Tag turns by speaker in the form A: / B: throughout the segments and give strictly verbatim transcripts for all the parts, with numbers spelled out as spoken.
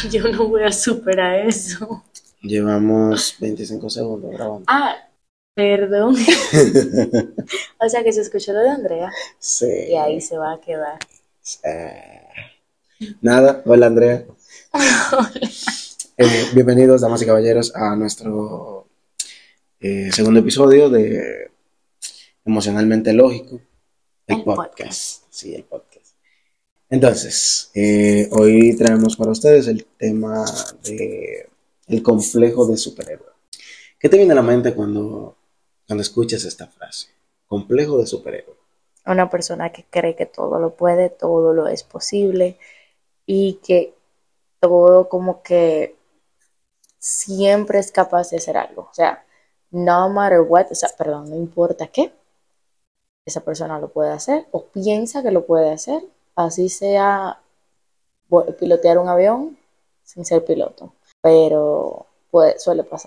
A: Yo no voy a superar eso.
B: Llevamos veinticinco segundos grabando.
A: Ah, perdón. O sea que se escuchó lo de Andrea.
B: Sí.
A: Y ahí se va a quedar.
B: Eh, Nada, hola Andrea. Eh, bienvenidos, damas y caballeros, a nuestro eh, segundo episodio de Emocionalmente Lógico, el,
A: El
B: podcast.
A: podcast.
B: Sí, el podcast. Entonces, eh, hoy traemos para ustedes el tema de el complejo de superhéroe. ¿Qué te viene a la mente cuando, cuando escuchas esta frase? Complejo de superhéroe.
A: Una persona que cree que todo lo puede, todo lo es posible y que todo como que siempre es capaz de hacer algo. O sea, no matter what, o sea, perdón, no importa qué, esa persona lo puede hacer o piensa que lo puede hacer, así sea vo- pilotear un avión sin ser piloto, pero puede, suele pasar.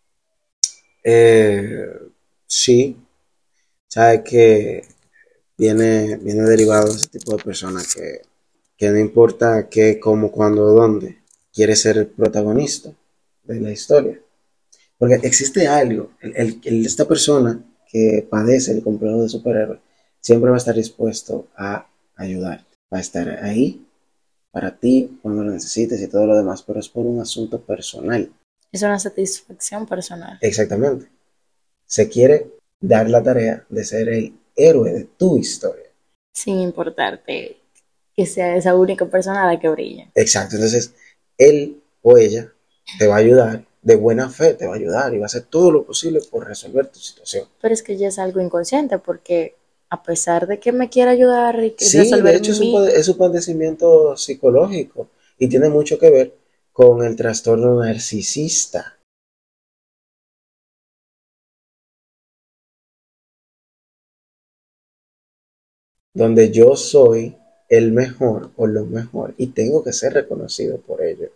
B: Eh, sí, sabes que viene, viene derivado de ese tipo de personas que, que no importa qué, cómo, cuándo, dónde, quiere ser el protagonista de la historia. Porque existe algo, el, el- el- esta persona que padece el complejo de superhéroe siempre va a estar dispuesto a ayudarte, va a estar ahí para ti cuando lo necesites y todo lo demás, pero es por un asunto personal.
A: Es una satisfacción personal.
B: Exactamente. Se quiere dar la tarea de ser el héroe de tu historia.
A: Sin importarte que sea esa única persona la que brilla.
B: Exacto. Entonces, él o ella te va a ayudar, de buena fe te va a ayudar y va a hacer todo lo posible por resolver tu situación.
A: Pero es que ya es algo inconsciente porque a pesar de que me quiera ayudar y que
B: Sí, de
A: resolver
B: hecho es un,
A: mi...
B: pade- es un padecimiento psicológico y tiene mucho que ver con el trastorno narcisista. Donde yo soy el mejor o lo mejor y tengo que ser reconocido por ello.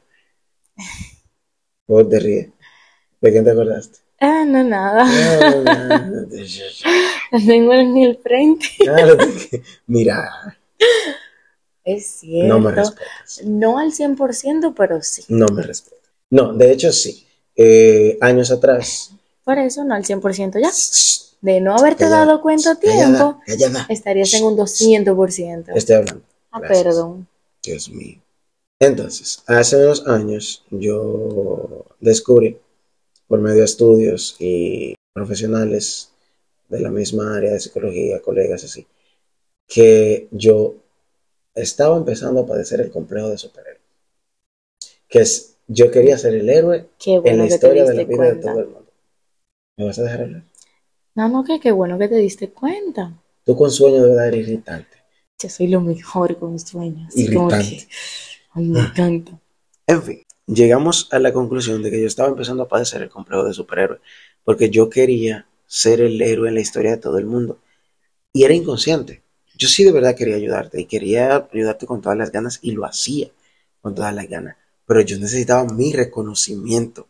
B: Vos te ríes. ¿De quién te acordaste?
A: Ah, no, nada.
B: Ah,
A: Lo tengo en el frente.
B: claro que- Mira,
A: Es
B: no me
A: cierto.
B: respetas.
A: No al cien por ciento, pero sí.
B: No me respetas. No, de hecho sí. Eh, años atrás.
A: Por eso no al cien por ciento ya.
B: Shh,
A: De no haberte
B: callada,
A: dado cuenta a
B: callada,
A: tiempo,
B: callada.
A: estarías en
B: Shh,
A: un doscientos por ciento.
B: Estoy hablando.
A: Ah,
B: Gracias.
A: perdón.
B: Dios mío. Entonces, hace unos años yo descubrí, por medio de estudios y profesionales de la misma área de psicología, colegas así, que yo estaba empezando a padecer el complejo de superhéroe. Que es, yo quería ser el héroe
A: Qué
B: en
A: bueno
B: la
A: que te
B: historia de la
A: diste
B: vida de
A: cuenta.
B: todo el mundo. ¿Me vas a dejar hablar?
A: No, no, que qué bueno que te diste cuenta.
B: Tú con sueño de verdad eres irritante.
A: Yo soy lo mejor con sueños. Así como
B: Irritante.
A: que, ay, me encanta.
B: En fin, llegamos a la conclusión de que yo estaba empezando a padecer el complejo de superhéroe porque yo quería ser el héroe en la historia de todo el mundo. Y era inconsciente. Yo sí de verdad quería ayudarte y quería ayudarte con todas las ganas y lo hacía con todas las ganas. Pero yo necesitaba mi reconocimiento.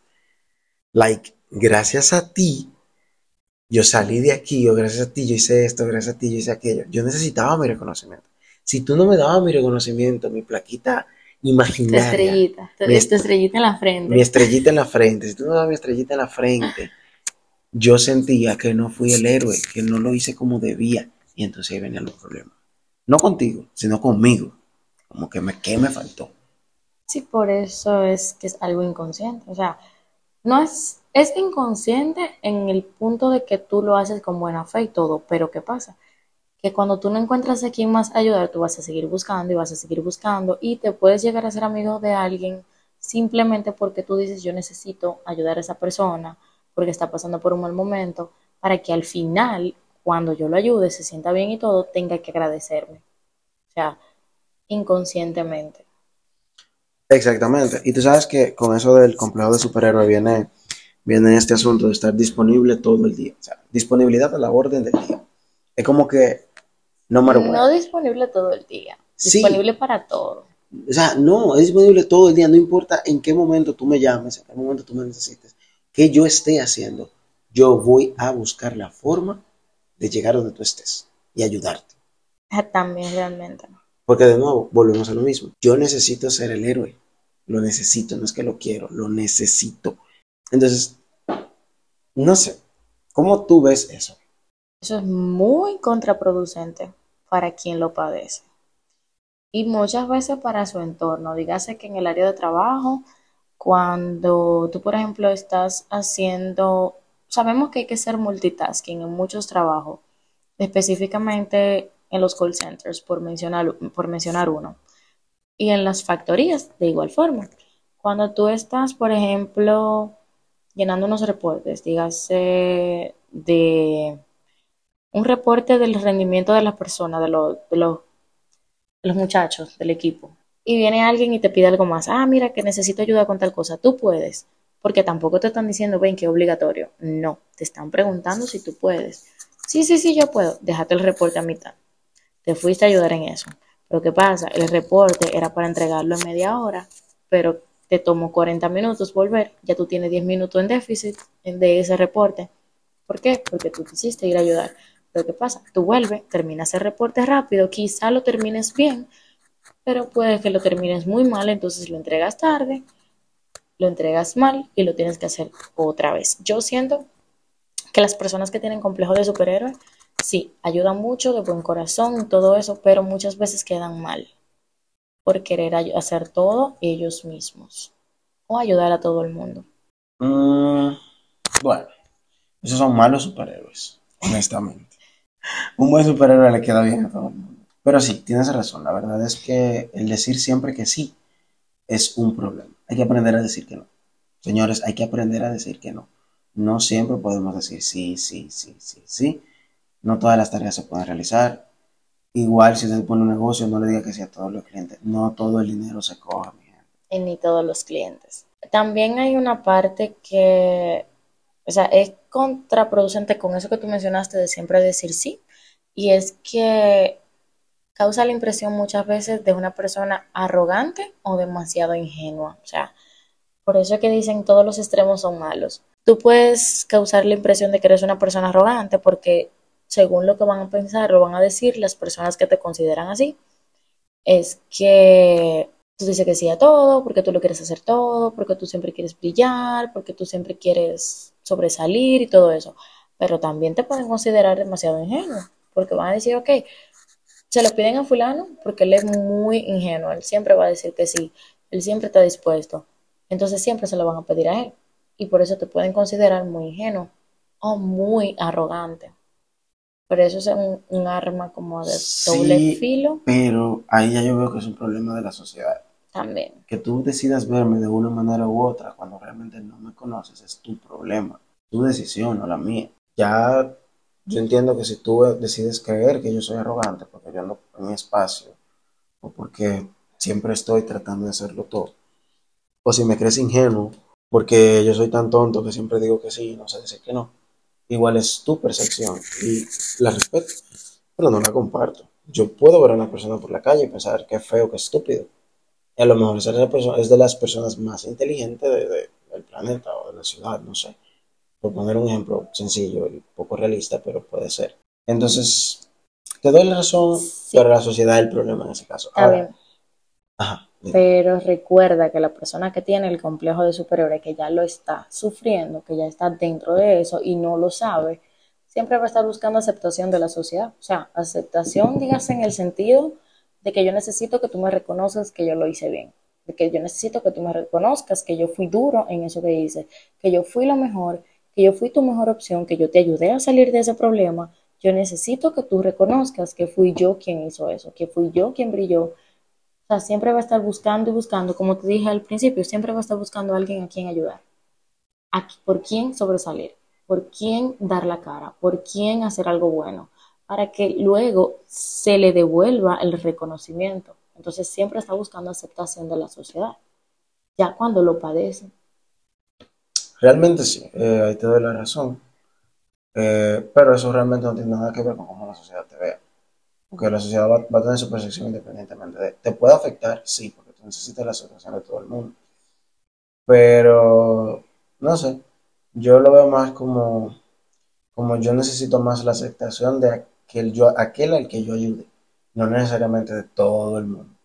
B: Like, gracias a ti, yo salí de aquí, o gracias a ti yo hice esto, gracias a ti yo hice aquello. Yo necesitaba mi reconocimiento. Si tú no me dabas mi reconocimiento, mi plaquita
A: Tu
B: imaginaria,
A: estrellita, tu,
B: mi,
A: tu
B: est-
A: estrellita en la frente.
B: mi estrellita en la frente, si tú no me dabas mi estrellita en la frente, yo sentía que no fui el héroe, que no lo hice como debía. Y entonces ahí venían los problemas. No contigo, sino conmigo. Como que me, ¿qué me faltó?
A: Sí, por eso es que es algo inconsciente. O sea, no es, es inconsciente en el punto de que tú lo haces con buena fe y todo, pero ¿qué pasa? Que cuando tú no encuentras a quién más ayudar, tú vas a seguir buscando y vas a seguir buscando y te puedes llegar a ser amigo de alguien simplemente porque tú dices yo necesito ayudar a esa persona porque está pasando por un mal momento para que al final, cuando yo lo ayude, se sienta bien y todo, tenga que agradecerme. O sea, inconscientemente.
B: Exactamente. Y tú sabes que con eso del complejo de superhéroe viene, viene este asunto de estar disponible todo el día. O sea, disponibilidad a la orden del día. Es como que, no matter what.
A: No disponible todo el día,
B: Sí.
A: disponible para todo.
B: O sea, no, es disponible todo el día. No importa en qué momento tú me llames, en qué momento tú me necesites. Que yo esté haciendo. Yo voy a buscar la forma de llegar donde tú estés y ayudarte.
A: Ah, también realmente.
B: Porque de nuevo, volvemos a lo mismo. Yo necesito ser el héroe lo necesito, no es que lo quiero, lo necesito. Entonces, no sé, ¿cómo tú ves eso?
A: Eso es muy contraproducente para quien lo padece. Y muchas veces para su entorno. Dígase que en el área de trabajo, cuando tú, por ejemplo, estás haciendo, sabemos que hay que ser multitasking en muchos trabajos, específicamente en los call centers, por mencionar, por mencionar uno, y en las factorías de igual forma. Cuando tú estás, por ejemplo, llenando unos reportes, dígase de un reporte del rendimiento de las personas, de, los, de los los muchachos del equipo, y viene alguien y te pide algo más, ah, mira que necesito ayuda con tal cosa, tú puedes, porque tampoco te están diciendo, ven, que es obligatorio, no, te están preguntando si tú puedes, sí, sí, sí, yo puedo, déjate el reporte a mitad, te fuiste a ayudar en eso, pero ¿qué pasa? El reporte era para entregarlo en media hora, pero te tomó cuarenta minutos volver, ya tú tienes diez minutos en déficit de ese reporte. ¿Por qué? Porque tú quisiste ir a ayudar. Pero ¿qué pasa? Tú vuelves, terminas el reporte rápido, quizá lo termines bien, pero puede que lo termines muy mal, entonces lo entregas tarde, lo entregas mal y lo tienes que hacer otra vez. Yo siento que las personas que tienen complejo de superhéroe, sí, ayudan mucho, de buen corazón y todo eso, pero muchas veces quedan mal por querer hacer todo ellos mismos o ayudar a todo el mundo.
B: Mm, bueno, esos son malos superhéroes, honestamente. Un buen superhéroe le queda bien a todo el mundo. Pero sí, tienes razón. La verdad es que el decir siempre que sí es un problema. Hay que aprender a decir que no. Señores, hay que aprender a decir que no. No siempre podemos decir sí, sí, sí, sí, sí. No todas las tareas se pueden realizar. Igual si usted pone un negocio, no le diga que sí a todos los clientes. No todo el dinero se coja, mi gente.
A: Y ni todos los clientes. También hay una parte que, o sea, es contraproducente con eso que tú mencionaste de siempre decir sí, y es que causa la impresión muchas veces de una persona arrogante o demasiado ingenua. O sea, por eso es que dicen todos los extremos son malos. Tú puedes causar la impresión de que eres una persona arrogante porque según lo que van a pensar, lo van a decir las personas que te consideran así, es que tú dices que sí a todo, porque tú lo quieres hacer todo, porque tú siempre quieres brillar, porque tú siempre quieres sobresalir y todo eso. Pero también te pueden considerar demasiado ingenuo, porque van a decir, ok, se lo piden a fulano porque él es muy ingenuo, él siempre va a decir que sí, él siempre está dispuesto, entonces siempre se lo van a pedir a él. Y por eso te pueden considerar muy ingenuo o muy arrogante. Pero eso es un, un arma como de doble
B: Sí,
A: filo
B: pero ahí ya yo veo que es un problema de la sociedad.
A: también.
B: Que tú decidas verme de una manera u otra cuando realmente no me conoces es tu problema, tu decisión, no la mía. Ya yo entiendo que si tú decides creer que yo soy arrogante porque yo ando en mi espacio o porque siempre estoy tratando de hacerlo todo, o si me crees ingenuo porque yo soy tan tonto que siempre digo que sí y no sé decir que no, igual es tu percepción y la respeto, pero no la comparto. Yo puedo ver a una persona por la calle y pensar que es feo, que es estúpido, y a lo mejor esa persona es de las personas más inteligentes de- de- del planeta o de la ciudad, no sé. Por poner un ejemplo sencillo y poco realista, pero puede ser. Entonces, te doy la razón,
A: Sí,
B: pero la sociedad es el problema en ese caso.
A: está
B: Ahora,
A: bien.
B: ajá, dime.
A: Pero recuerda que la persona que tiene el complejo de superhéroe, que ya lo está sufriendo, que ya está dentro de eso y no lo sabe, siempre va a estar buscando aceptación de la sociedad. O sea, aceptación, dígase en el sentido de que yo necesito que tú me reconozcas que yo lo hice bien, de que yo necesito que tú me reconozcas que yo fui duro en eso que hice, que yo fui lo mejor, que yo fui tu mejor opción, que yo te ayudé a salir de ese problema. Yo necesito que tú reconozcas que fui yo quien hizo eso, que fui yo quien brilló. O sea, siempre va a estar buscando y buscando, como te dije al principio, siempre va a estar buscando a alguien a quien ayudar, a por quién sobresalir, por quién dar la cara, por quién hacer algo bueno, para que luego se le devuelva el reconocimiento. Entonces siempre está buscando aceptación de la sociedad, ya cuando lo padece.
B: Realmente sí, eh, ahí te doy la razón. Eh, pero eso realmente no tiene nada que ver con cómo la sociedad te vea. Porque la sociedad va, va a tener su percepción independientemente de... ¿Te puede afectar? Sí, porque tú necesitas la aceptación de todo el mundo. Pero, no sé, yo lo veo más como como yo necesito más la aceptación de aquel, yo, aquel al que yo ayude, no necesariamente de todo el mundo.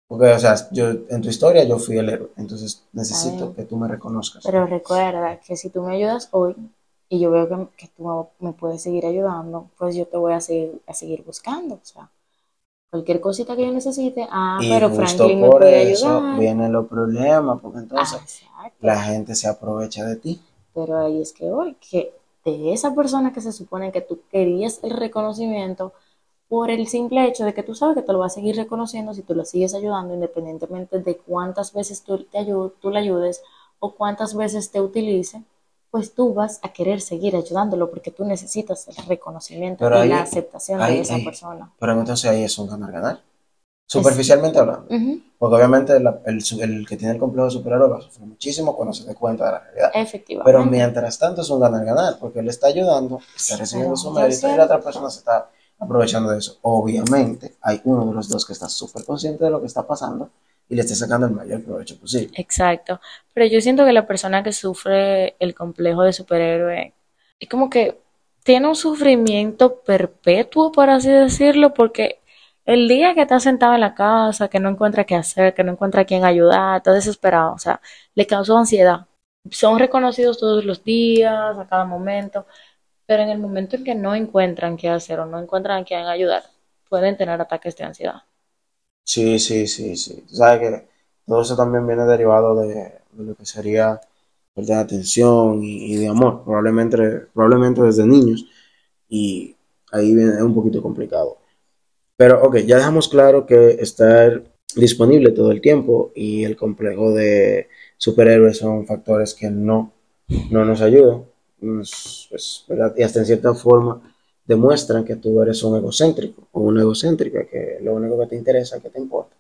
B: Porque, o sea, yo en tu historia yo fui el héroe, entonces
A: Está
B: necesito
A: bien.
B: que tú me reconozcas.
A: Pero recuerda que si tú me ayudas hoy y yo veo que, que tú me puedes seguir ayudando, pues yo te voy a seguir, a seguir buscando. O sea, cualquier cosita que yo necesite, ah,
B: Y
A: pero
B: justo
A: Franklin me
B: por
A: puede
B: eso
A: ayudar.
B: vienen los problemas, porque
A: Ah,
B: entonces
A: exacto.
B: la gente se aprovecha de ti.
A: Pero ahí es que hoy, que de esa persona que se supone que tú querías el reconocimiento, por el simple hecho de que tú sabes que te lo va a seguir reconociendo si tú lo sigues ayudando, independientemente de cuántas veces tú, te ayud tú le ayudes o cuántas veces te utilice, pues tú vas a querer seguir ayudándolo porque tú necesitas el reconocimiento
B: Pero
A: y la
B: ahí,
A: aceptación de
B: ahí,
A: esa
B: ahí,
A: persona.
B: pero entonces ahí es un ganar-ganar.
A: Es,
B: Superficialmente hablando.
A: uh-huh,
B: Porque obviamente la- el, su- el que tiene el complejo de superhéroe va a sufrir muchísimo cuando se dé cuenta de la realidad. Pero
A: efectivamente.
B: mientras tanto es un ganar-ganar, porque él está ayudando, está recibiendo
A: Pero
B: su
A: yo
B: mérito y la otra persona
A: siento,
B: se está aprovechando de eso. Obviamente hay uno de los dos que está súper consciente de lo que está pasando y le está sacando el mayor provecho posible.
A: exacto, pero yo siento que la persona que sufre el complejo de superhéroe es como que tiene un sufrimiento perpetuo, por así decirlo, porque el día que está sentado en la casa, que no encuentra qué hacer, que no encuentra a quién ayudar, está desesperado, o sea, le causó ansiedad. Son reconocidos todos los días, a cada momento, pero en el momento en que no encuentran qué hacer o no encuentran a quién ayudar, pueden tener ataques de ansiedad.
B: Sí, sí, sí, sí. Tú sabes que todo eso también viene derivado de, de lo que sería falta de atención y, y de amor, probablemente, probablemente desde niños, y ahí viene, es un poquito complicado. Pero ok, ya dejamos claro que estar disponible todo el tiempo y el complejo de superhéroes son factores que no, no nos ayudan, nos, pues, ¿verdad? Y hasta en cierta forma demuestran que tú eres un egocéntrico o una egocéntrica, que lo único que te interesa, que te importa,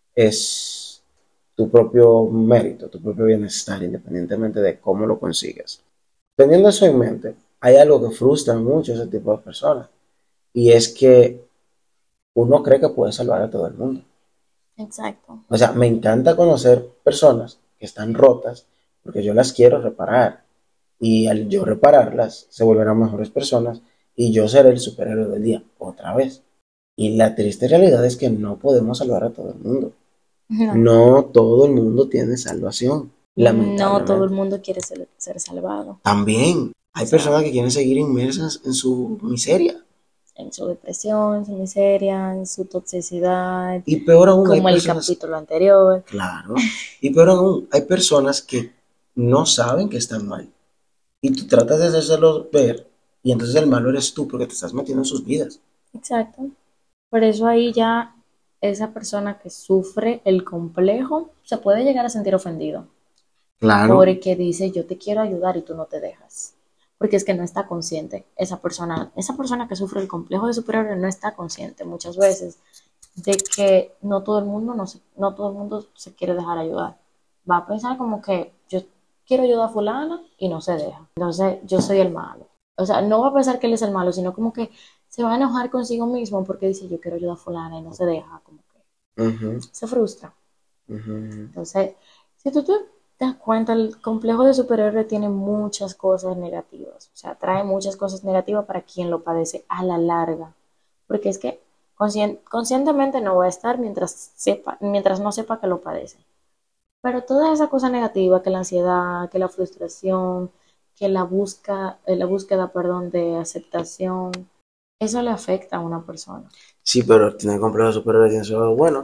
B: es tu propio mérito, tu propio bienestar, independientemente de cómo lo consigas. Teniendo eso en mente, hay algo que frustra mucho a ese tipo de personas, y es que uno cree que puede salvar a todo el mundo.
A: Exacto.
B: O sea, me encanta conocer personas que están rotas porque yo las quiero reparar. Y al yo repararlas, se volverán mejores personas y yo seré el superhéroe del día otra vez. Y la triste realidad es que no podemos salvar a todo el mundo.
A: No.
B: No todo el mundo tiene salvación,
A: No todo el
B: lamentablemente.
A: mundo quiere ser, ser salvado.
B: También
A: O
B: hay
A: sea,
B: personas que quieren seguir inmersas en su miseria.
A: en su depresión, en su miseria, en su toxicidad,
B: Y peor aún, hay
A: como el
B: personas,
A: capítulo anterior.
B: claro, y peor aún, hay personas que no saben que están mal. Y tú tratas de hacérselos ver, y entonces el malo eres tú porque te estás metiendo en sus vidas.
A: Exacto. Por eso ahí ya esa persona que sufre el complejo se puede llegar a sentir ofendido.
B: Claro,
A: Porque dice, yo te quiero ayudar y tú no te dejas. Porque es que no está consciente. Esa persona, esa persona que sufre el complejo de superhéroe no está consciente muchas veces de que no todo el mundo no, se, no todo el mundo se quiere dejar ayudar. Va a pensar como que yo quiero ayudar a fulana y no se deja. Entonces yo soy el malo. O sea, no va a pensar que él es el malo, sino como que se va a enojar consigo mismo porque dice yo quiero ayudar a fulana y no se deja, como que
B: ujú,
A: se frustra.
B: ujú.
A: Entonces, si tú te das cuenta, el complejo de superhéroe tiene muchas cosas negativas. O sea, trae muchas cosas negativas para quien lo padece a la larga. Porque es que conscien- conscientemente no va a estar mientras sepa, mientras no sepa que lo padece. Pero toda esa cosa negativa, que la ansiedad, que la frustración, que la busca, eh, la búsqueda, perdón, de aceptación, eso le afecta a una persona.
B: Sí, pero tener complejo superior tiene su lado bueno.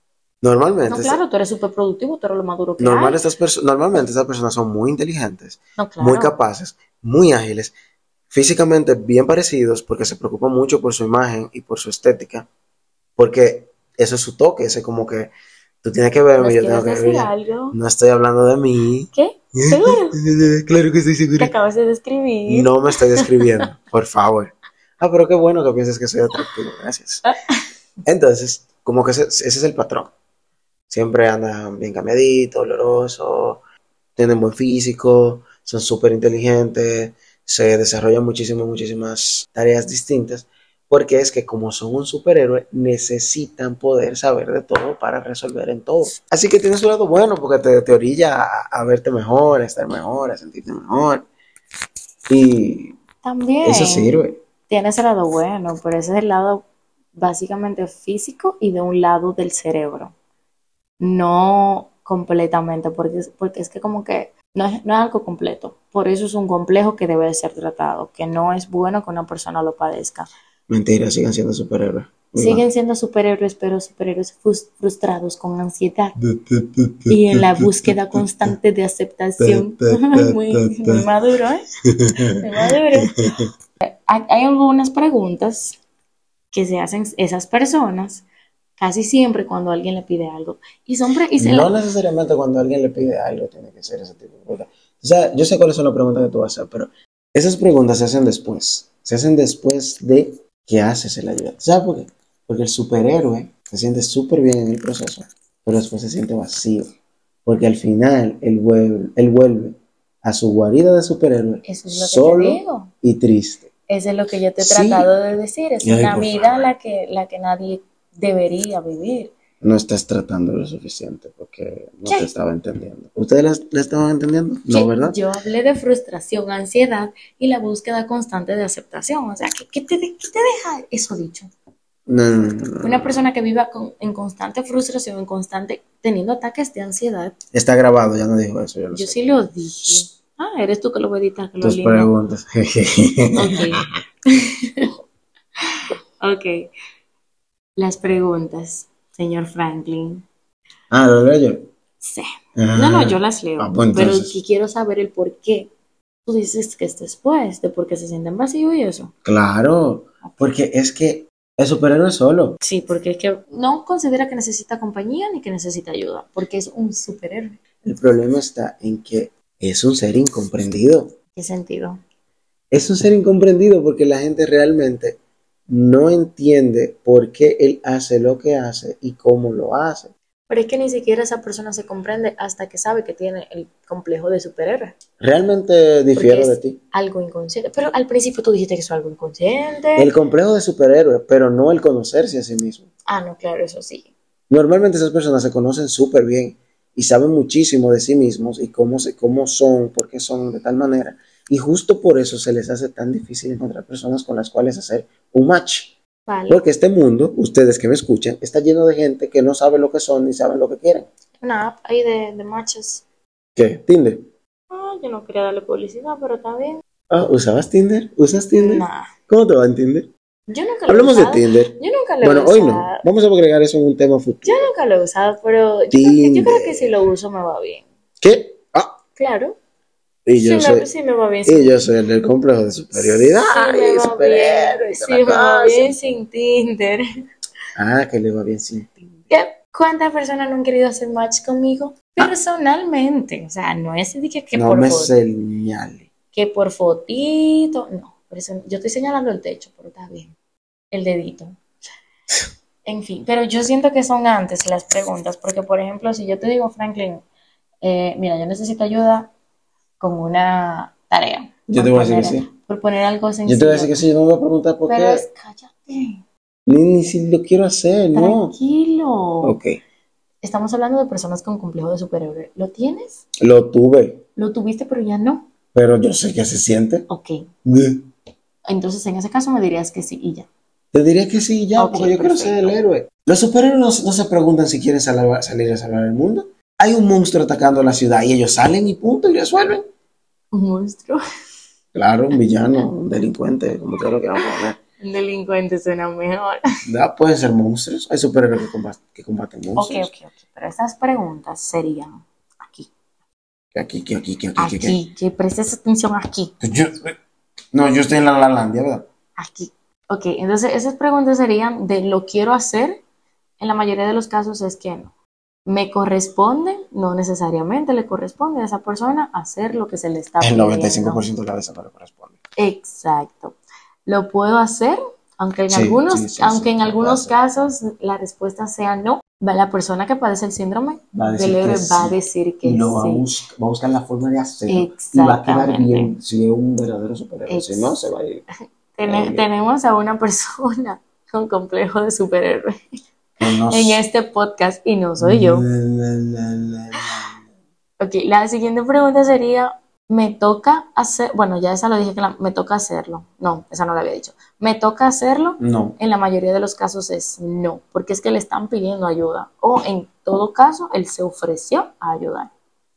A: No,
B: Normalmente, esta-
A: claro, tú eres súper productivo, tú eres lo más duro que
B: normal
A: hay.
B: estas perso- normalmente estas personas son muy inteligentes,
A: No,
B: muy
A: claro.
B: capaces, muy ágiles, físicamente bien parecidos porque se preocupan mucho por su imagen y por su estética, porque eso es su toque, ese como que tú tienes que verme,
A: ¿Nos
B: yo tengo
A: quieres
B: que
A: decir
B: ver,
A: algo?
B: no estoy hablando de mí.
A: ¿Qué? ¿Seguro?
B: Claro que estoy
A: ¿Qué
B: seguro.
A: acabas de describir?
B: No me estoy describiendo, por favor. Ah, pero qué bueno que pienses que soy atractivo, gracias. Entonces, como que ese, ese es el patrón. Siempre andan bien cambiaditos, olorosos, tienen buen físico, son súper inteligentes, se desarrollan muchísimas, muchísimas tareas distintas, porque es que como son un superhéroe, necesitan poder saber de todo para resolver en todo. Así que tiene su lado bueno, porque te, te orilla a, a verte mejor, a estar mejor, a sentirte mejor. Y eso
A: También
B: sirve.
A: tiene ese lado bueno, pero ese es el lado básicamente físico y de un lado del cerebro. no completamente, porque, es- porque es que como que no es, no es algo completo. Por eso es un complejo que debe de ser tratado, que no es bueno que una persona lo padezca.
B: Mentira, siguen siendo superhéroes. Viva.
A: Siguen siendo superhéroes, pero superhéroes frus- frustrados con ansiedad y en la búsqueda constante de aceptación. Muy, muy maduro, ¿eh? Muy maduro. Hay, hay algunas preguntas que se hacen esas personas casi siempre cuando alguien le pide algo. Y son pre- y se
B: No
A: la-
B: necesariamente cuando alguien le pide algo tiene que ser ese tipo de preguntas. O sea, yo sé cuáles son las preguntas que tú vas a hacer, pero esas preguntas se hacen después. Se hacen después de que haces el ayuda. ¿Sabes por qué? Porque el superhéroe se siente súper bien en el proceso, pero después se siente vacío. Porque al final él vuelve, él vuelve a su guarida de superhéroe
A: Eso es lo que te
B: solo
A: digo.
B: y triste.
A: Eso es lo que yo te he
B: Sí.
A: tratado de decir. Es
B: Ay,
A: una
B: por
A: vida
B: favor.
A: la que, la que nadie debería vivir.
B: No estás tratando lo suficiente porque no
A: ¿Qué?
B: te estaba entendiendo. ¿Ustedes la, la estaban entendiendo?
A: Que
B: No, ¿verdad?
A: yo hablé de frustración, ansiedad y la búsqueda constante de aceptación. O sea, ¿qué, qué te, qué te deja eso dicho?
B: No, no, no, no,
A: Una
B: no.
A: persona que viva con- en constante frustración, en constante, teniendo ataques de ansiedad.
B: Está grabado, ya no dijo eso, yo lo
A: Yo
B: sé.
A: sí lo dije. Ah, eres tú que lo voy a editar, que lo
B: Tus
A: lindo.
B: preguntas.
A: Ok. Ok. Las preguntas, señor Franklin.
B: Ah, ¿lo leo yo?
A: Sí.
B: Ah,
A: No, no, yo las leo.
B: ah, pues
A: Pero
B: entonces,
A: sí quiero saber el por qué. Tú dices que es después, de por qué se sienten vacíos y eso.
B: claro, porque es que el superhéroe es solo.
A: Sí, porque es que no considera que necesita compañía ni que necesita ayuda, porque es un superhéroe.
B: El problema está en que es un ser incomprendido.
A: ¿Qué sentido?
B: Es un ser incomprendido porque la gente realmente no entiende por qué él hace lo que hace y cómo lo hace.
A: Pero es que ni siquiera esa persona se comprende hasta que sabe que tiene el complejo de superhéroe.
B: Realmente difiero
A: Porque
B: de
A: es
B: ti.
A: algo inconsciente. Pero al principio tú dijiste que eso es algo inconsciente.
B: El complejo de superhéroe, pero no el conocerse a sí mismo.
A: Ah, no, claro, eso sí.
B: Normalmente esas personas se conocen súper bien y saben muchísimo de sí mismos y cómo, se, cómo son, por qué son de tal manera. Y justo por eso se les hace tan difícil encontrar personas con las cuales hacer un match.
A: Vale.
B: Porque este mundo, ustedes que me escuchan, está lleno de gente que no sabe lo que son ni saben lo que quieren.
A: Una app ahí de, de matches.
B: ¿Qué? ¿Tinder?
A: Ah, yo no quería darle publicidad, pero está bien.
B: Ah, ¿usabas Tinder? ¿Usas Tinder?
A: Nah.
B: ¿Cómo te va en Tinder?
A: Yo nunca lo he
B: Hablemos de
A: usado.
B: Tinder.
A: Yo nunca lo
B: Bueno,
A: he
B: hoy
A: usado.
B: no. Vamos a agregar eso en un tema futuro.
A: Yo nunca lo he usado, pero yo creo, que, yo
B: Tinder.
A: creo que si lo uso me va bien.
B: ¿Qué? Ah,
A: Claro.
B: y yo
A: sí,
B: soy...
A: me, sí me va bien.
B: Y yo soy el del complejo de superioridad.
A: Sí me
B: Ay,
A: va
B: superhéroe,
A: bien.
B: y
A: Sí
B: toda
A: me
B: la
A: va
B: cosa.
A: bien sin Tinder.
B: Ah, que le va bien sin Tinder.
A: ¿Qué? ¿Cuántas personas no han querido hacer match conmigo? Personalmente. O sea, no es de que, que
B: No
A: por
B: me
A: foto.
B: señale.
A: Que por fotito. No, por eso yo estoy señalando el techo, pero está bien. El dedito. En fin, pero yo siento que son antes las preguntas, porque por ejemplo, si yo te digo, Franklin, eh, mira, yo necesito ayuda con una tarea.
B: Yo
A: Por
B: te voy a decir
A: poner-
B: que sí.
A: Por poner algo sencillo.
B: Yo te voy a decir que sí, yo no me voy a preguntar por
A: Pero
B: qué.
A: es, cállate,
B: Ni, ni si lo quiero hacer, no.
A: tranquilo.
B: Ok,
A: Estamos hablando de personas con complejo de superhéroe. ¿Lo tienes?
B: lo tuve,
A: ¿Lo tuviste pero ya no?
B: pero yo sé que se siente.
A: Ok.
B: Eh,
A: Entonces en ese caso me dirías que sí y ya.
B: Te diría que sí, ya,
A: Ok,
B: porque yo quiero ser el
A: perfecto.
B: héroe. Los superhéroes no, no se preguntan si quieren salvar- salir a salvar el mundo. Hay un monstruo atacando la ciudad y ellos salen y punto y resuelven.
A: Un monstruo.
B: Claro, un villano, un delincuente, como ustedes lo quieran poner.
A: Un delincuente suena mejor.
B: Ya, pueden ser monstruos. Hay superhéroes que, combat- que combaten
A: Ok,
B: monstruos.
A: ok, ok. Pero esas preguntas serían aquí.
B: Que aquí, que aquí, que aquí, que aquí.
A: Aquí. Que prestes atención aquí.
B: Yo- no, yo estoy en la Lalandia, ¿verdad?
A: Aquí. Ok, entonces esas preguntas serían de lo quiero hacer. En la mayoría de los casos es que no. ¿Me corresponde? No necesariamente le corresponde a esa persona hacer lo que se le está
B: El
A: pidiendo.
B: noventa y cinco por ciento de las veces no le corresponde.
A: Exacto. ¿Lo puedo hacer? Aunque en
B: Sí,
A: algunos,
B: sí, sí,
A: aunque
B: sí,
A: en
B: lo
A: algunos
B: puede hacer.
A: casos la respuesta sea no, va- la persona que padece el síndrome
B: Va a decir
A: del héroe
B: que
A: va a
B: sí.
A: decir que
B: Y lo va a,
A: sí.
B: bus- va a buscar la forma de hacerlo. Y va a quedar
A: Exactamente.
B: bien si es un verdadero superhéroe. Si no,
A: Ex-
B: se va a ir.
A: Tene-
B: Eh,
A: tenemos a una persona con complejo de superhéroe
B: que no
A: en
B: s-
A: este podcast y no soy yo.
B: La, la, la, la, la.
A: Ok, la siguiente pregunta sería, Me toca hacer, bueno, ya esa lo dije que la- me toca hacerlo. No, esa no la había dicho. Me toca hacerlo.
B: No.
A: En la mayoría de los casos es no, porque es que le están pidiendo ayuda. O en todo caso, él se ofreció a ayudar.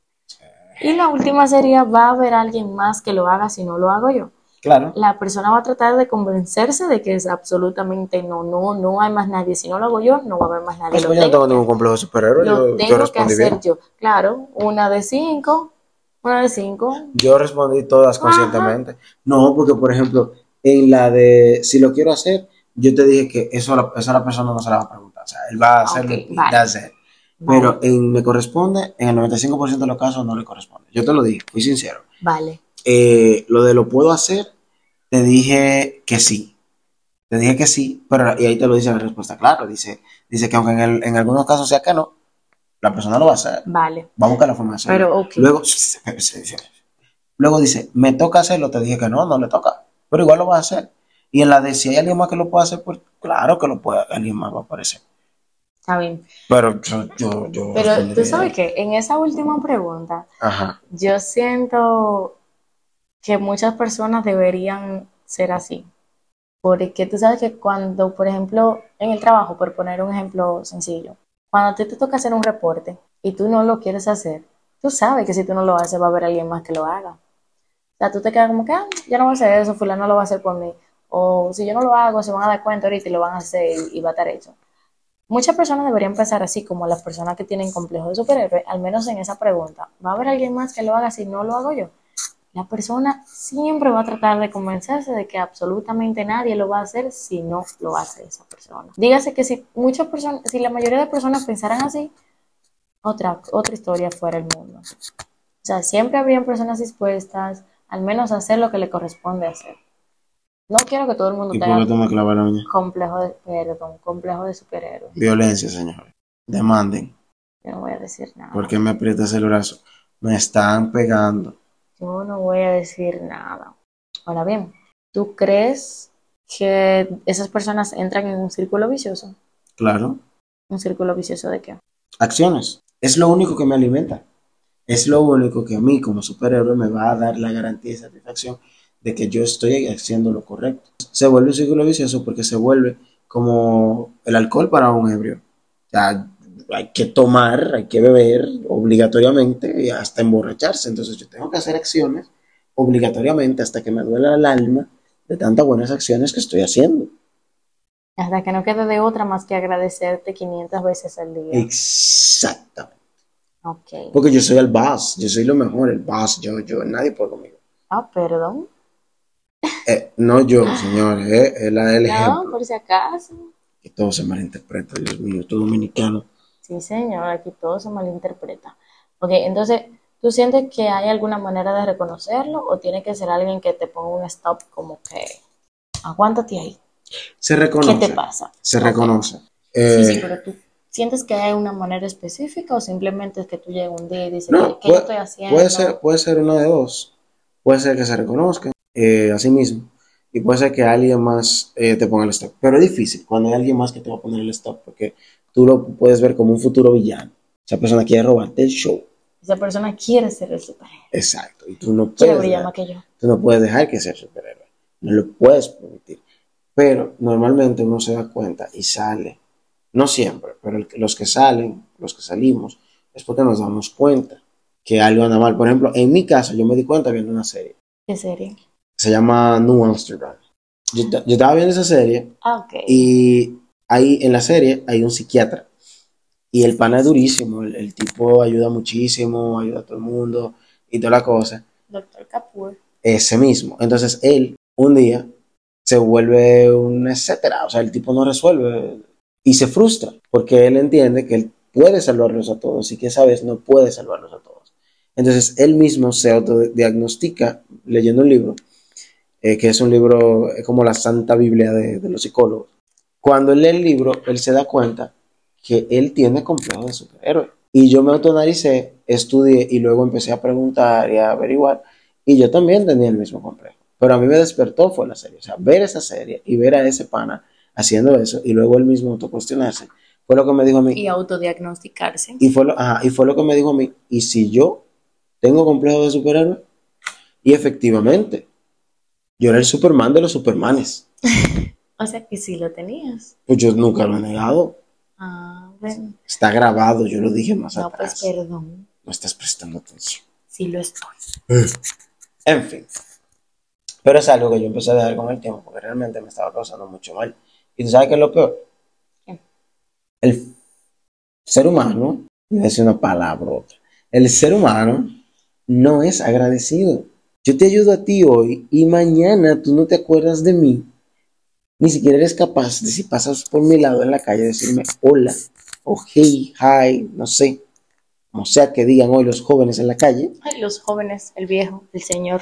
A: Y la última sería, va a haber alguien más que lo haga si no lo hago yo.
B: Claro.
A: La persona va a tratar de convencerse de que es absolutamente no, no, no hay más nadie. Si no lo hago yo, no va a haber más nadie.
B: Pues
A: Lo
B: yo no
A: tengo
B: tengo
A: que,
B: ningún complejo de superhéroe,
A: lo
B: yo, yo
A: tengo que
B: respondí
A: hacer
B: bien.
A: yo. Claro, una de cinco, una de cinco.
B: Yo respondí todas
A: Ajá.
B: conscientemente. No, porque por ejemplo, en la de si lo quiero hacer, yo te dije que eso, a la- eso a la persona no se la va a preguntar. O sea, él va a hacerlo
A: Ok,
B: y
A: vale.
B: that's it.
A: Vale,
B: Pero en me corresponde, en el noventa y cinco por ciento de los casos no le corresponde. Yo te lo dije, fui sincero.
A: vale.
B: Eh, lo de lo puedo hacer, te dije que sí. Te dije que sí, pero y ahí te lo dice la respuesta, claro. Dice, dice que aunque en, el- en algunos casos sea que no, la persona lo va a hacer.
A: Vale.
B: Va a buscar la forma de hacerlo.
A: Pero, ok.
B: Luego, luego dice, me toca hacerlo, te dije que no, no le toca. Pero igual lo va a hacer. Y en la de si hay alguien más que lo pueda hacer, pues claro que lo puede, alguien más va a aparecer.
A: Está bien.
B: Pero yo, yo, yo
A: Pero tú
B: respondería.
A: sabes que en esa última pregunta,
B: Ajá.
A: yo siento que muchas personas deberían ser así. Porque tú sabes que cuando, por ejemplo, en el trabajo, por poner un ejemplo sencillo, cuando a ti te toca hacer un reporte y tú no lo quieres hacer, tú sabes que si tú no lo haces va a haber alguien más que lo haga. O sea, tú te quedas como que, ah, yo no voy a hacer eso, fulano lo va a hacer por mí. O si yo no lo hago, se van a dar cuenta ahorita y lo van a hacer y, y va a estar hecho. Muchas personas deberían pensar así, como las personas que tienen complejo de superhéroe, al menos en esa pregunta. ¿Va a haber alguien más que lo haga si no lo hago yo? La persona siempre va a tratar de convencerse de que absolutamente nadie lo va a hacer si no lo hace esa persona. Dígase que si muchas personas, si la mayoría de personas pensaran así, otra, otra historia fuera el mundo. O sea, siempre habrían personas dispuestas al menos a hacer lo que le corresponde hacer. No quiero que todo el mundo
B: ¿Y por
A: tenga
B: qué tú me clavas la uña?
A: complejo de, perdón, complejo de superhéroe.
B: Violencia, señores. Demanden.
A: Yo no voy a decir nada.
B: ¿Por qué me aprietas el brazo? Me están pegando.
A: Yo no voy a decir nada. Ahora bien, ¿tú crees que esas personas entran en un círculo vicioso?
B: Claro.
A: ¿Un círculo vicioso de qué?
B: Acciones. Es lo único que me alimenta. Es lo único que a mí como superhéroe me va a dar la garantía y satisfacción de que yo estoy haciendo lo correcto. Se vuelve un círculo vicioso porque se vuelve como el alcohol para un ebrio. O sea, hay que tomar, hay que beber obligatoriamente y hasta emborracharse. Entonces yo tengo que hacer acciones obligatoriamente hasta que me duela el alma de tantas buenas acciones que estoy haciendo.
A: Hasta que no quede de otra más que agradecerte quinientas veces al día.
B: Exactamente.
A: Ok.
B: Porque yo soy el boss, yo soy lo mejor, el boss, yo, yo, nadie por conmigo.
A: Ah, perdón.
B: Eh, no yo, señores, eh, el, el
A: No,
B: ejemplo.
A: por si acaso.
B: Que todo se malinterpreta, Dios mío, todo dominicano.
A: Sí, señor, aquí todo se malinterpreta. Ok, entonces, ¿tú sientes que hay alguna manera de reconocerlo o tiene que ser alguien que te ponga un stop como que aguántate ahí?
B: Se reconoce.
A: ¿Qué te pasa?
B: Se
A: Ok.
B: reconoce.
A: Sí, sí,
B: Eh,
A: pero tú sientes que hay una manera específica o simplemente es que tú llegas un día y dices,
B: no,
A: ¿qué, qué yo
B: puede,
A: estoy haciendo?
B: puede ser, puede ser una de dos. Puede ser que se reconozca eh, a sí mismo y puede ser que alguien más eh, te ponga el stop. Pero es difícil cuando hay alguien más que te va a poner el stop porque tú lo puedes ver como un futuro villano. Esa persona quiere robarte el show.
A: Esa persona quiere ser el superhéroe.
B: Exacto. Y tú no
A: Quiere
B: puedes
A: brillar
B: dejar,
A: más que yo.
B: tú no puedes dejar que sea superhéroe. No lo puedes permitir. Pero normalmente uno se da cuenta y sale. No siempre, pero el- los que salen, los que salimos, es porque nos damos cuenta que algo anda mal. Por ejemplo, en mi caso, yo me di cuenta viendo una serie.
A: ¿Qué serie?
B: Se llama New Amsterdam. Yo, ta- yo estaba viendo esa serie
A: Ah, ok.
B: y ahí en la serie hay un psiquiatra. Y el pana es durísimo. El, el tipo ayuda muchísimo, ayuda a todo el mundo y toda la cosa.
A: Doctor Kapoor.
B: Ese mismo. Entonces él, un día, se vuelve un etcétera. O sea, el tipo no resuelve y se frustra porque él entiende que él puede salvarlos a todos y que esa vez no puede salvarlos a todos. Entonces él mismo se autodiagnostica leyendo un libro, eh, que es un libro eh, como la Santa Biblia de, de los psicólogos. Cuando él lee el libro, él se da cuenta que él tiene complejo de superhéroe. Y yo me autoanaricé, estudié y luego empecé a preguntar y a averiguar. Y yo también tenía el mismo complejo. Pero a mí me despertó fue la serie. O sea, ver esa serie y ver a ese pana haciendo eso y luego él mismo autocuestionarse fue lo que me dijo a mí.
A: Y autodiagnosticarse.
B: Y fue lo, ajá, y fue lo que me dijo a mí. Y si yo tengo complejo de superhéroe, Y efectivamente, yo era el Superman de los Supermanes.
A: O sea que sí lo tenías.
B: Pues yo nunca lo he negado.
A: Ah, bueno.
B: Está grabado, yo lo dije más
A: No,
B: atrás.
A: pues perdón.
B: No estás prestando atención.
A: Sí lo estoy.
B: En fin. Pero es algo que yo empecé a dejar con el tiempo porque realmente me estaba causando mucho mal. ¿Y tú sabes qué es lo peor?
A: ¿Qué?
B: El ser humano, voy a decir una palabra otra, el ser humano no es agradecido. Yo te ayudo a ti hoy y mañana tú no te acuerdas de mí. Ni siquiera eres capaz de, si pasas por mi lado en la calle, decirme hola o hey, hi, no sé. Como sea que digan hoy los jóvenes en la calle.
A: Ay, los jóvenes, el viejo, el señor.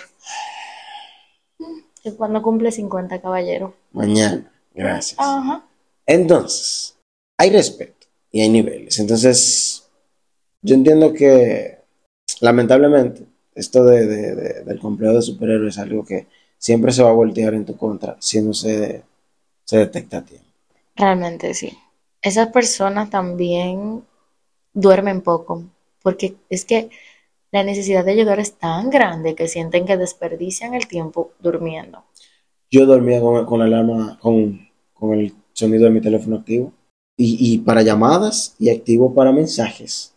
A: Que cuando cumple cincuenta, caballero.
B: Mañana. Gracias.
A: Ajá.
B: Entonces, hay respeto y hay niveles. Entonces, yo entiendo que, lamentablemente, esto de, de, de, del complejo de superhéroes es algo que siempre se va a voltear en tu contra si no se, se detecta a tiempo.
A: Realmente sí. Esas personas también duermen poco, porque es que la necesidad de ayudar es tan grande que sienten que desperdician el tiempo durmiendo.
B: Yo dormía con, con la alarma, con, con el sonido de mi teléfono activo. Y, y para llamadas y activo para mensajes.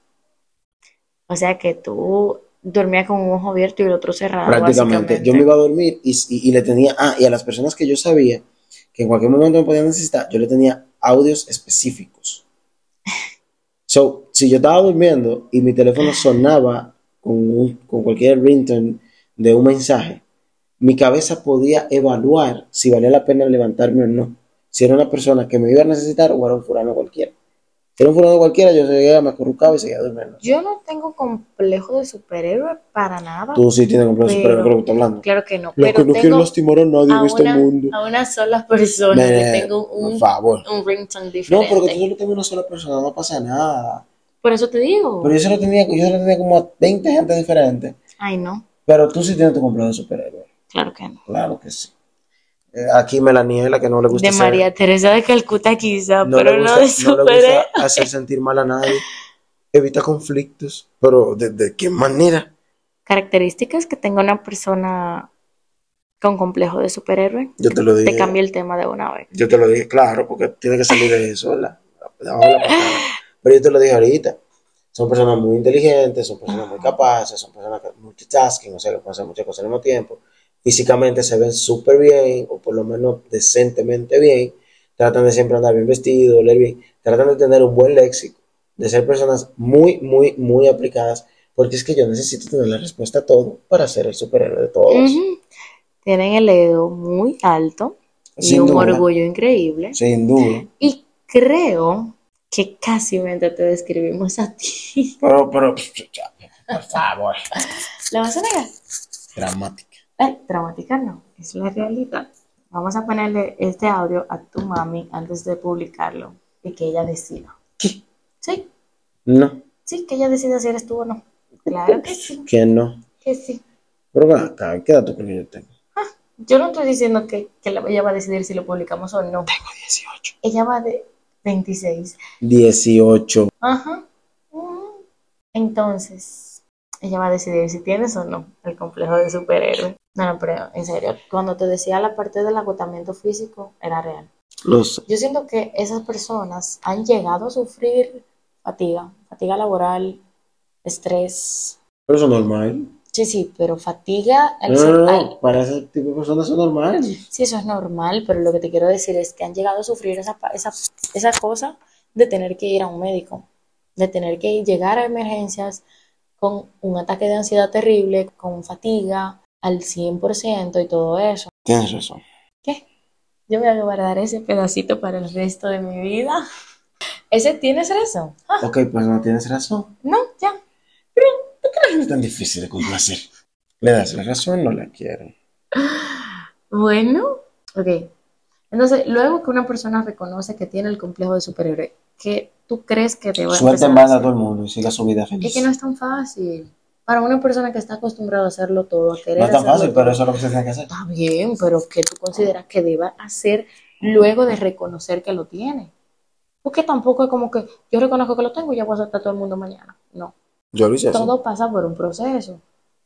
A: O sea que tú dormías con un ojo abierto y el otro cerrado,
B: Prácticamente.
A: básicamente.
B: Yo me iba a dormir y, y, y le tenía, ah, y a las personas que yo sabía que en cualquier momento me podían necesitar, yo le tenía audios específicos. So, si yo estaba durmiendo y mi teléfono sonaba con, un, con cualquier ringtone de un mensaje, mi cabeza podía evaluar si valía la pena levantarme o no. Si era una persona que me iba a necesitar o era un fulano cualquiera. Si era un fulano cualquiera, yo seguía, me acurrucaba y seguía durmiendo.
A: Yo no tengo complejo de superhéroe para nada.
B: Tú sí tienes complejo de superhéroe, creo que estás hablando.
A: Claro que no.
B: Lo
A: pero
B: que no
A: tengo
B: quiero lastimar a nadie
A: a
B: en este
A: una,
B: mundo.
A: a una sola persona
B: Me,
A: que tengo un,
B: por favor.
A: un ringtone
B: No,
A: diferente.
B: porque tú solo tienes una sola persona, no pasa nada.
A: Por eso te digo.
B: Pero yo solo tenía, yo solo tenía como a veinte gente diferentes.
A: Ay, no.
B: Pero tú sí tienes tu complejo de superhéroe.
A: Claro que no.
B: Claro que sí. Eh, aquí Melanie es la que no le gusta
A: De María
B: hacer,
A: Teresa de Calcuta quizá,
B: no
A: pero
B: le gusta,
A: no de
B: no le gusta
A: superhéroe.
B: hacer sentir mal a nadie. Evita conflictos. Pero ¿de, de qué manera?
A: Características que tenga una persona con complejo de superhéroe.
B: Yo te lo dije.
A: Te cambia el tema de una vez.
B: Yo te lo dije, claro, porque tiene que salir de eso, ¿verdad? De abajo de la patada. Pero yo te lo dije ahorita. Son personas muy inteligentes, son personas muy capaces, son personas que multitasking, o sea, que pueden hacer muchas cosas al mismo tiempo. Físicamente se ven súper bien, o por lo menos decentemente bien. Tratan de siempre andar bien vestidos, leer bien. Tratan de tener un buen léxico, de ser personas muy, muy, muy aplicadas, porque es que yo necesito tener la respuesta a todo para ser el superhéroe de todos.
A: Uh-huh. Tienen el ego muy alto y
B: Sin
A: un
B: duda.
A: orgullo increíble.
B: Sin duda.
A: Y creo que casi te describimos a ti.
B: Pero, pero, por favor.
A: ¿La vas a negar?
B: Dramática.
A: Eh, dramática no, es la realidad. Vamos a ponerle este audio a tu mami antes de publicarlo y que ella decida.
B: ¿Qué?
A: Sí,
B: No.
A: sí, que ella decida si eres tú o no. Claro que sí,
B: Que no.
A: que sí.
B: Pero va acá, ¿qué dato que yo tengo?
A: Ah, yo no estoy diciendo que, que la- ella va a decidir si lo publicamos o no.
B: Tengo dieciocho.
A: Ella va de veintiséis.
B: dieciocho.
A: Ajá. Ujú. Entonces, ella va a decidir si tienes o no el complejo de superhéroe. No, no, pero en serio, cuando te decía la parte del agotamiento físico, era real.
B: Lo sé.
A: Yo siento que esas personas han llegado a sufrir fatiga, fatiga laboral, estrés.
B: Pero eso es normal.
A: Sí, sí, pero fatiga al
B: No,
A: ser-
B: no,
A: al-
B: no. Para ese tipo de personas eso es normal.
A: Sí, eso es normal, pero lo que te quiero decir es que han llegado a sufrir esa, pa- esa, esa cosa de tener que ir a un médico, de tener que llegar a emergencias con un ataque de ansiedad terrible, con fatiga al cien por ciento y todo eso.
B: Tienes razón.
A: ¿Qué? Yo voy a guardar ese pedacito para el resto de mi vida. ¿Ese tienes razón? Ah,
B: Ok, pues no tienes razón.
A: no, ya.
B: ¿Por qué la gente es tan difícil de complacer? Le das la razón, no la quieren.
A: Bueno, ok. Entonces, luego que una persona reconoce que tiene el complejo de superhéroe, ¿qué tú crees que te va a
B: Suelta
A: empezar
B: en
A: a
B: banda a
A: hacer?
B: todo el mundo y siga su vida feliz.
A: Es que no es tan fácil. Para una persona que está acostumbrada a hacerlo todo, a querer
B: No es tan
A: hacerlo
B: fácil,
A: todo,
B: pero eso es lo que se tiene que hacer.
A: está bien, pero ¿qué tú consideras que deba hacer luego de reconocer que lo tiene? Porque tampoco es como que yo reconozco que lo tengo y ya voy a aceptar a todo el mundo mañana. No.
B: Yo lo hice así.
A: Todo pasa por un proceso.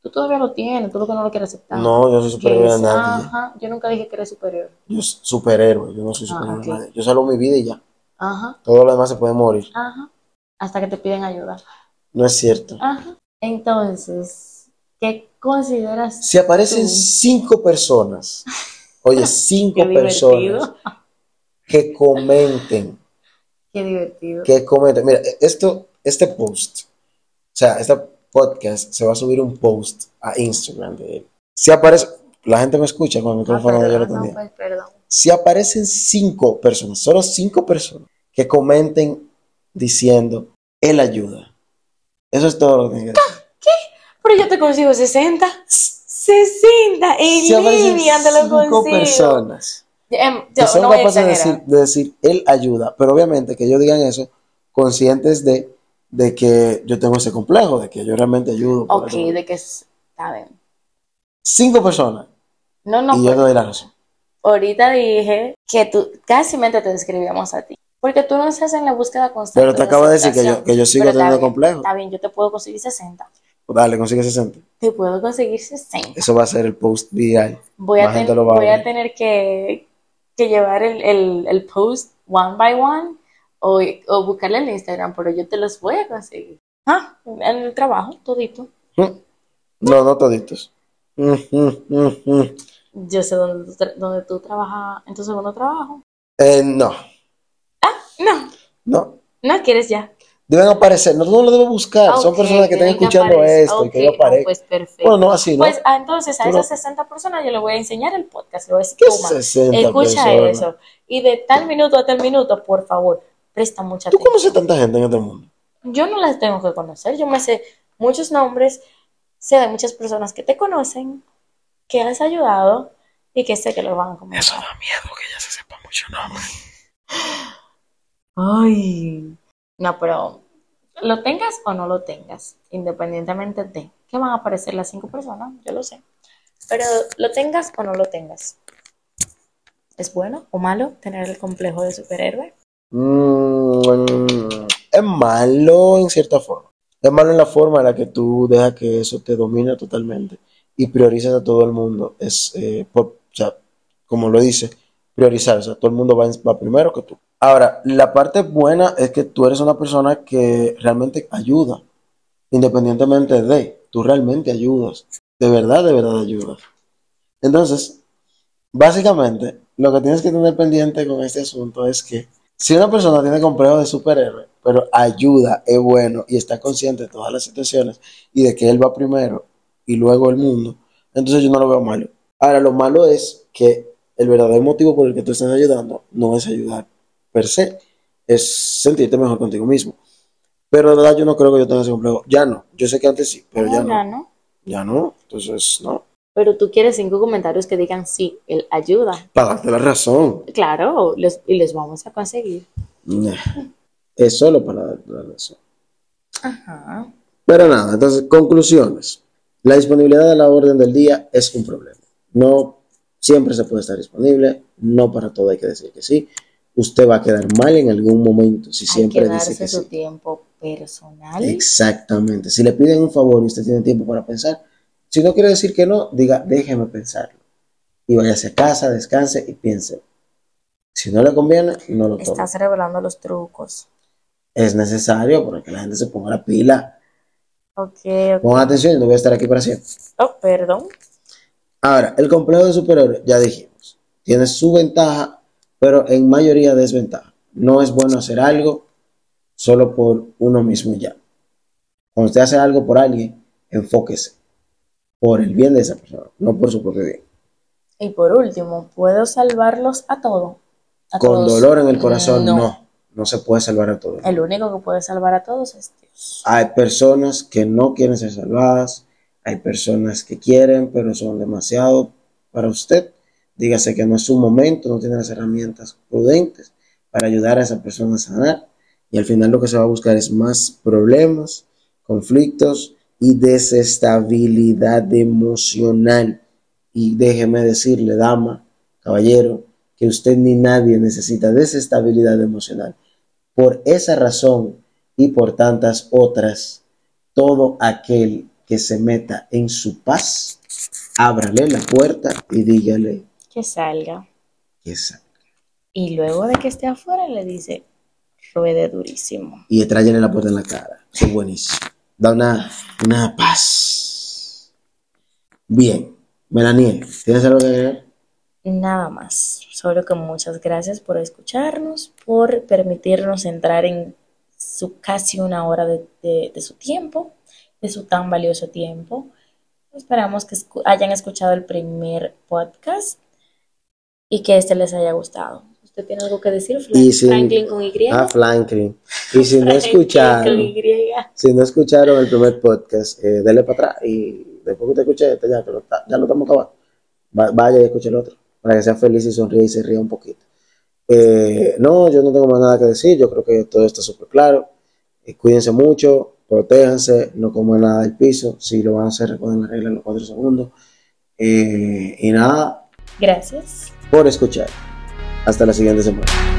A: Tú todavía lo tienes, tú lo que no lo quieres aceptar.
B: No, yo soy superior a nadie.
A: Ajá, yo nunca dije que eres superior.
B: Yo soy superhéroe, yo no soy
A: Ah,
B: superior
A: ok.
B: a nadie. Yo salvo mi vida y ya.
A: Ajá,
B: Todo lo demás se puede morir.
A: ajá. Hasta que te piden ayuda.
B: No es cierto.
A: Ajá. Entonces, ¿qué consideras
B: Si aparecen
A: tú?
B: cinco personas, oye, cinco
A: Qué
B: personas
A: divertido.
B: que comenten,
A: Qué divertido.
B: que comenten. Mira, esto, este post, o sea, este podcast se va a subir un post a Instagram de él. Si aparece, la gente me escucha con el
A: Ah,
B: micrófono de yo lo
A: perdón, no,
B: tenía.
A: pues perdón.
B: Si aparecen cinco personas, solo cinco personas, que comenten diciendo, él ayuda. Eso es todo lo que tiene que decir.
A: Pero yo te consigo sesenta. sesenta en
B: Si aparecen
A: línea te lo
B: cinco
A: consigo.
B: personas
A: Em,
B: que
A: yo
B: son
A: no voy a
B: capaces de
A: exagerar.
B: decir, de decir, él ayuda, pero obviamente que ellos digan eso conscientes de, de que yo tengo ese complejo, de que yo realmente ayudo. por
A: Ok,
B: eso.
A: de que es- está bien.
B: Cinco personas
A: No, no,
B: y yo te
A: pues
B: doy la razón.
A: ahorita dije que tú casi mente te describíamos a ti. Porque tú no estás en la búsqueda constante
B: Pero te
A: de
B: acabo de decir que yo,
A: aceptación.
B: que yo sigo
A: Pero está
B: teniendo
A: bien,
B: complejo.
A: está bien, yo te puedo conseguir sesenta.
B: Pues dale, consigue sesenta.
A: Te puedo conseguir sesenta.
B: Eso va a ser el post viral.
A: Voy a,
B: Más
A: ten-
B: gente lo va a
A: voy a
B: ver.
A: tener que, que llevar el, el, el post one by one o, o buscarle en Instagram, pero yo te los voy a conseguir. Ah, en el trabajo, todito.
B: Mm. No, no toditos. Mm, mm, mm, mm.
A: Yo sé dónde, tú tra- dónde tú trabajas en tu segundo trabajo.
B: Eh, no,
A: No,
B: no.
A: no quieres ya.
B: Deben aparecer, no, no lo debo buscar. Son
A: Ok,
B: personas que están
A: tienen que
B: escuchando
A: aparecer.
B: esto y que
A: Ok,
B: yo
A: no,
B: aparezco.
A: pues perfecto.
B: Bueno, no así, ¿no?
A: Pues ah, entonces a
B: Tú
A: esas
B: no.
A: sesenta personas yo le voy a enseñar el podcast. Le voy a decir,
B: ¿Qué
A: toma,
B: sesenta
A: escucha
B: personas?
A: eso. Y de tal minuto a tal minuto, por favor, presta mucha
B: ¿Tú conoces
A: atención.
B: tanta gente en este mundo?
A: Yo no las tengo que conocer. Yo me sé muchos nombres, sé de muchas personas que te conocen, que has ayudado y que sé que lo van a comenzar.
B: da miedo que ella se sepa mucho nombre.
A: Ay. No, pero lo tengas o no lo tengas, independientemente de que van a aparecer las cinco personas, yo lo sé. Pero lo tengas o no lo tengas. ¿Es bueno o malo tener el complejo de superhéroe?
B: Mm, es malo en cierta forma. Es malo en la forma en la que tú dejas que eso te domine totalmente y priorizas a todo el mundo. Es, eh, por- o sea, como lo dice, priorizar. O sea, todo el mundo va, en- va primero que tú. Ahora, la parte buena es que tú eres una persona que realmente ayuda, independientemente de, tú realmente ayudas. De verdad, de verdad ayudas. Entonces, básicamente, lo que tienes que tener pendiente con este asunto es que si una persona tiene complejo de superhéroe, pero ayuda, es bueno y está consciente de todas las situaciones y de que él va primero y luego el mundo, entonces yo no lo veo malo. Ahora, lo malo es que el verdadero motivo por el que tú estás ayudando no es ayudar per se, es sentirte mejor contigo mismo. Pero de verdad yo no creo que yo tenga ese complejo. Ya no. Yo sé que antes sí, pero ya
A: No,
B: no.
A: no.
B: Ya no. Entonces, no.
A: Pero tú quieres cinco comentarios que digan sí, él ayuda.
B: Para darte la razón.
A: Claro, les- y les vamos a conseguir.
B: Nah. Es solo para darte la razón.
A: Ajá.
B: Pero nada, entonces, conclusiones. La disponibilidad de la orden del día es un problema. No siempre se puede estar disponible, no para todo hay que decir que sí. Usted va a quedar mal en algún momento si
A: Hay que
B: siempre dice
A: darse
B: que
A: su
B: sí.
A: tiempo personal.
B: Exactamente. Si le piden un favor y usted tiene tiempo para pensar, si no quiere decir que no, diga, déjeme pensarlo. Y váyase a casa, descanse y piense. Si no le conviene, no lo tome.
A: Estás revelando los trucos.
B: Es necesario para que la gente se ponga la pila.
A: Ok,
B: Pongan
A: ok.
B: atención, no voy a estar aquí para siempre.
A: Oh, perdón.
B: Ahora, el complejo de superhéroe, ya dijimos, tiene su ventaja, pero en mayoría desventaja. No es bueno hacer algo solo por uno mismo y ya. Cuando usted hace algo por alguien, enfóquese por el bien de esa persona, no por su propio bien.
A: Y por último, ¿puedo salvarlos a todos? ¿A
B: Con
A: todos?
B: dolor en el corazón,
A: No.
B: no. No se puede salvar a todos.
A: El único que puede salvar a todos es Dios.
B: Hay personas que no quieren ser salvadas, hay personas que quieren, pero son demasiado para usted. Dígase que no es su momento, no tiene las herramientas prudentes para ayudar a esa persona a sanar. Y al final lo que se va a buscar es más problemas, conflictos y desestabilidad emocional. Y déjeme decirle, dama, caballero, que usted ni nadie necesita desestabilidad emocional. Por esa razón y por tantas otras, todo aquel que se meta en su paz, ábrale la puerta y dígale
A: que salga.
B: que salga.
A: Y luego de que esté afuera le dice, ruede durísimo.
B: Y tráyele la puerta en la cara. Eso es buenísimo. Da una, una paz. Bien. Melanie, ¿tienes algo que agregar?
A: Nada más. Solo que muchas gracias por escucharnos, por permitirnos entrar en su casi una hora de, de, de su tiempo, de su tan valioso tiempo. Esperamos que escu- hayan escuchado el primer podcast y que este les haya gustado. ¿Usted tiene algo que decir,
B: Y
A: Frank-
B: sin-
A: Franklin con Y?
B: Ah, Franklin. Y si no
A: Franklin
B: escucharon,
A: con Y.
B: si no escucharon el primer podcast, eh, denle para atrás y después que usted escuche este, ya, que lo, está- ya lo estamos acabando, va- vaya y escuche el otro, para que sea feliz y sonríe y se ría un poquito. Eh, no, yo no tengo más nada que decir, yo creo que todo está súper claro. Eh, cuídense mucho, protéjanse, no coman nada del piso, si lo van a hacer recuerden la regla en los cuatro segundos. Eh, y nada,
A: Gracias.
B: por escuchar. Hasta la siguiente semana.